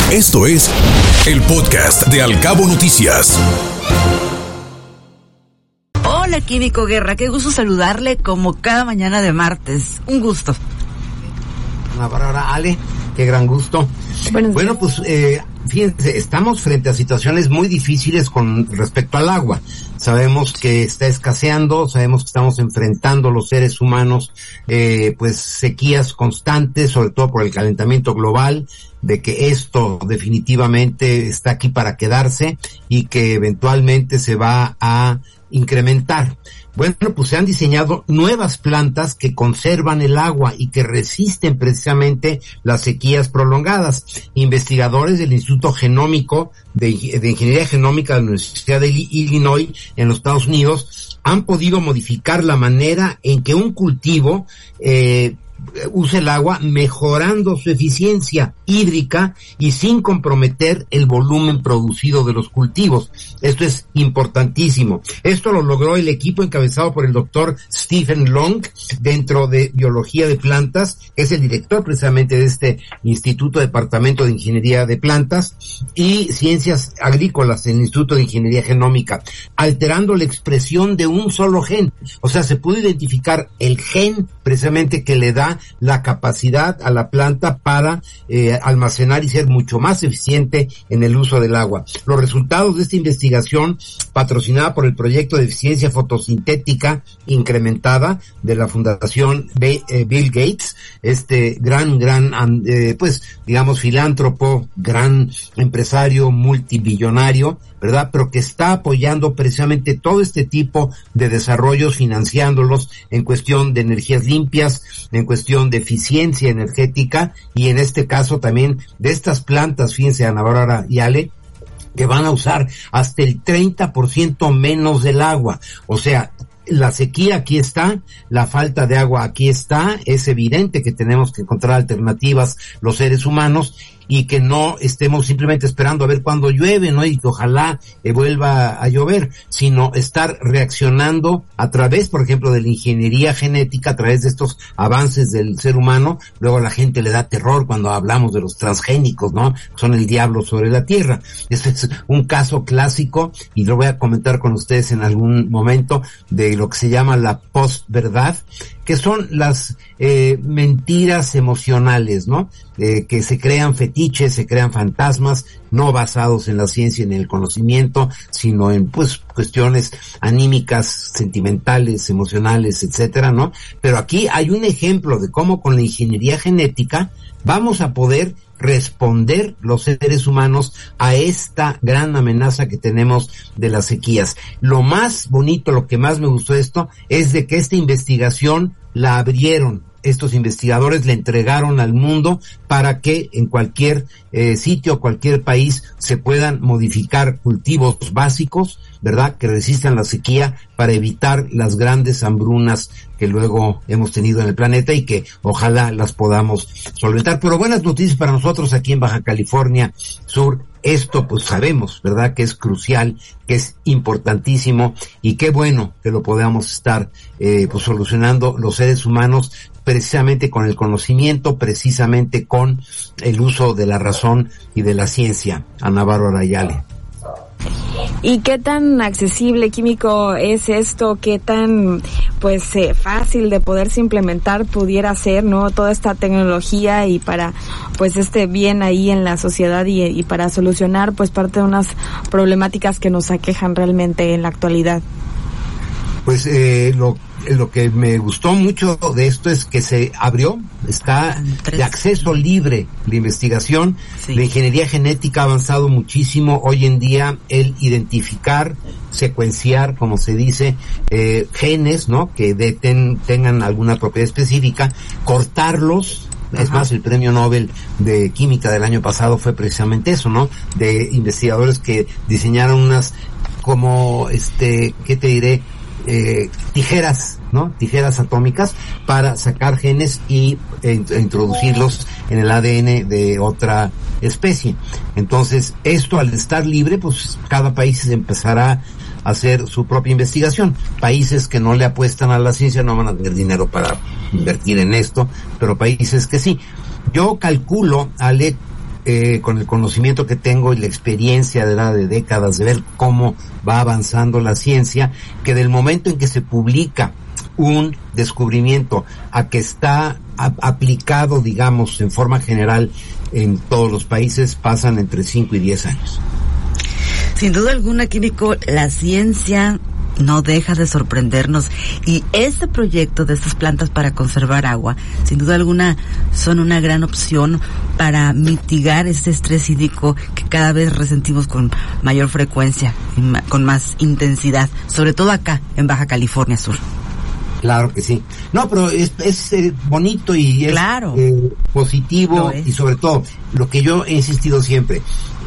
Esto es el podcast de Al Cabo Noticias. Hola, Químico Guerra, qué gusto saludarle como cada mañana de martes. Un gusto. Bárbara, Ale, qué gran gusto. Bueno, pues fíjense, estamos frente a situaciones muy difíciles con respecto al agua. Sabemos que está escaseando, sabemos que estamos enfrentando los seres humanos pues sequías constantes, sobre todo por el calentamiento global, de que esto definitivamente está aquí para quedarse y que eventualmente se va a incrementar. Bueno, pues se han diseñado nuevas plantas que conservan el agua y que resisten precisamente las sequías prolongadas. Investigadores del Instituto Genómico de Ingeniería Genómica de la Universidad de Illinois en los Estados Unidos han podido modificar la manera en que un cultivo usa el agua, mejorando su eficiencia hídrica y sin comprometer el volumen producido de los cultivos. Esto es importantísimo. Esto lo logró el equipo encabezado por el doctor Stephen Long, dentro de Biología de Plantas, que es el director precisamente de este Instituto Departamento de Ingeniería de Plantas, y Ciencias Agrícolas en el Instituto de Ingeniería Genómica, alterando la expresión de un solo gen. O sea, se pudo identificar el gen precisamente que le da la capacidad a la planta para almacenar y ser mucho más eficiente en el uso del agua. Los resultados de esta investigación, patrocinada por el proyecto de eficiencia fotosintética incrementada de la Fundación Bill Gates, este gran pues digamos filántropo, gran empresario multibillonario, ¿verdad? Pero que está apoyando precisamente todo este tipo de desarrollos, financiándolos en cuestión de energías limpias, en cuestión de eficiencia energética y en este caso también de estas plantas, fíjense, Ana Bárbara y Ale, que van a usar hasta el 30% menos del agua. O sea, la sequía aquí está, la falta de agua aquí está, es evidente que tenemos que encontrar alternativas los seres humanos y que no estemos simplemente esperando a ver cuándo llueve, ¿no? Y que ojalá vuelva a llover, sino estar reaccionando a través, por ejemplo, de la ingeniería genética, a través de estos avances del ser humano. Luego a la gente le da terror cuando hablamos de los transgénicos, ¿no? Son el diablo sobre la tierra. Este es un caso clásico y lo voy a comentar con ustedes en algún momento de lo que se llama la postverdad, que son las mentiras emocionales, ¿no? Que se crean fetiches, se crean fantasmas, no basados en la ciencia ni en el conocimiento, sino en, pues, cuestiones anímicas, sentimentales, emocionales, etcétera, ¿no? Pero aquí hay un ejemplo de cómo con la ingeniería genética vamos a poder responder los seres humanos a esta gran amenaza que tenemos de las sequías. Lo más bonito, lo que más me gustó de esto, es de que esta investigación la abrieron. Estos investigadores le entregaron al mundo para que en cualquier sitio, cualquier país, se puedan modificar cultivos básicos, ¿verdad?, que resistan la sequía para evitar las grandes hambrunas que luego hemos tenido en el planeta y que ojalá las podamos solventar. Pero buenas noticias para nosotros aquí en Baja California Sur. Esto pues sabemos, ¿verdad?, que es crucial, que es importantísimo y qué bueno que lo podamos estar pues solucionando los seres humanos precisamente con el conocimiento, precisamente con el uso de la razón y de la ciencia. Ana Bárbara y Ale. ¿Y qué tan accesible, Químico, es esto? ¿Qué tan fácil de poderse implementar pudiera ser, ¿no? Toda esta tecnología y para pues bien ahí en la sociedad y para solucionar pues parte de unas problemáticas que nos aquejan realmente en la actualidad. Pues lo que me gustó mucho de esto es que se abrió, está de acceso libre la investigación. Sí. La ingeniería genética ha avanzado muchísimo. Hoy en día el identificar, secuenciar, como se dice, genes, ¿no?, que tengan alguna propiedad específica, cortarlos. Es más, el premio Nobel de Química del año pasado fue precisamente eso, ¿no?, de investigadores que diseñaron unas como, ¿qué te diré?, tijeras, ¿no?, tijeras atómicas para sacar genes y introducirlos en el ADN de otra especie. Entonces, esto al estar libre, pues cada país empezará a hacer su propia investigación. Países que no le apuestan a la ciencia no van a tener dinero para invertir en esto, pero países que sí. Yo calculo, Ale, con el conocimiento que tengo y la experiencia de décadas de ver cómo va avanzando la ciencia, que del momento en que se publica un descubrimiento a que está aplicado, digamos, en forma general en todos los países, pasan entre 5 y 10 años. Sin duda alguna, Químico, la ciencia no deja de sorprendernos, y este proyecto de estas plantas para conservar agua, sin duda alguna, son una gran opción para mitigar este estrés hídrico que cada vez resentimos con mayor frecuencia, con más intensidad, sobre todo acá en Baja California Sur. Claro que sí. No, pero es bonito y es claro, positivo, y sobre todo, lo que yo he insistido siempre,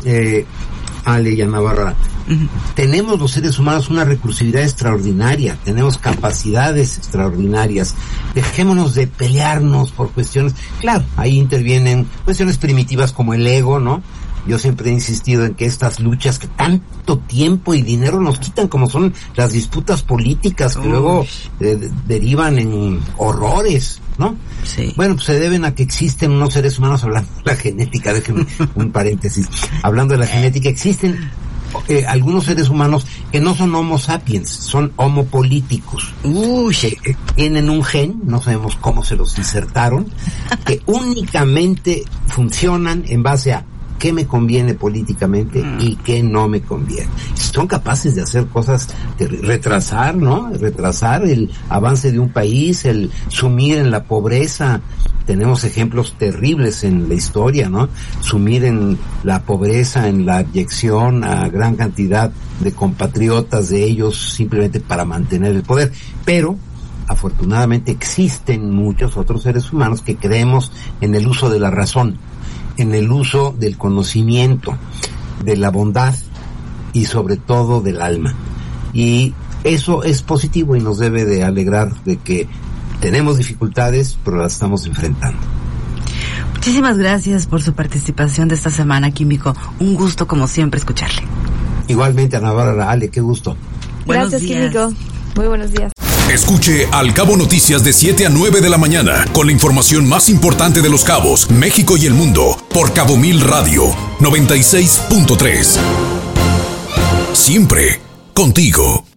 Ale y Ana Bárbara, tenemos los seres humanos una recursividad extraordinaria, tenemos capacidades extraordinarias, dejémonos de pelearnos por cuestiones, claro, ahí intervienen cuestiones primitivas como el ego, ¿no? Yo siempre he insistido en que estas luchas que tanto tiempo y dinero nos quitan, como son las disputas políticas que luego derivan en horrores, ¿no? Sí. Bueno, pues se deben a que existen unos seres humanos, hablando de la genética, déjenme un paréntesis, hablando de la genética, existen algunos seres humanos que no son homo sapiens, son homo politicus, que tienen un gen, no sabemos cómo se los insertaron, que únicamente funcionan en base a qué me conviene políticamente y qué no me conviene. Son capaces de hacer cosas, de retrasar, ¿no? Retrasar el avance de un país, el sumir en la pobreza. Tenemos ejemplos terribles en la historia, ¿no? Sumir en la pobreza, en la abyección a gran cantidad de compatriotas de ellos simplemente para mantener el poder. Pero afortunadamente existen muchos otros seres humanos que creemos en el uso de la razón, en el uso del conocimiento, de la bondad y sobre todo del alma. Y eso es positivo y nos debe de alegrar de que tenemos dificultades, pero las estamos enfrentando. Muchísimas gracias por su participación de esta semana, Químico. Un gusto, como siempre, escucharle. Igualmente, Ana Bárbara, Ale, qué gusto. Gracias, Químico. Muy buenos días. Escuche Al Cabo Noticias de 7 a 9 de la mañana con la información más importante de Los Cabos, México y el mundo por Cabo Mil Radio 96.3. Siempre contigo.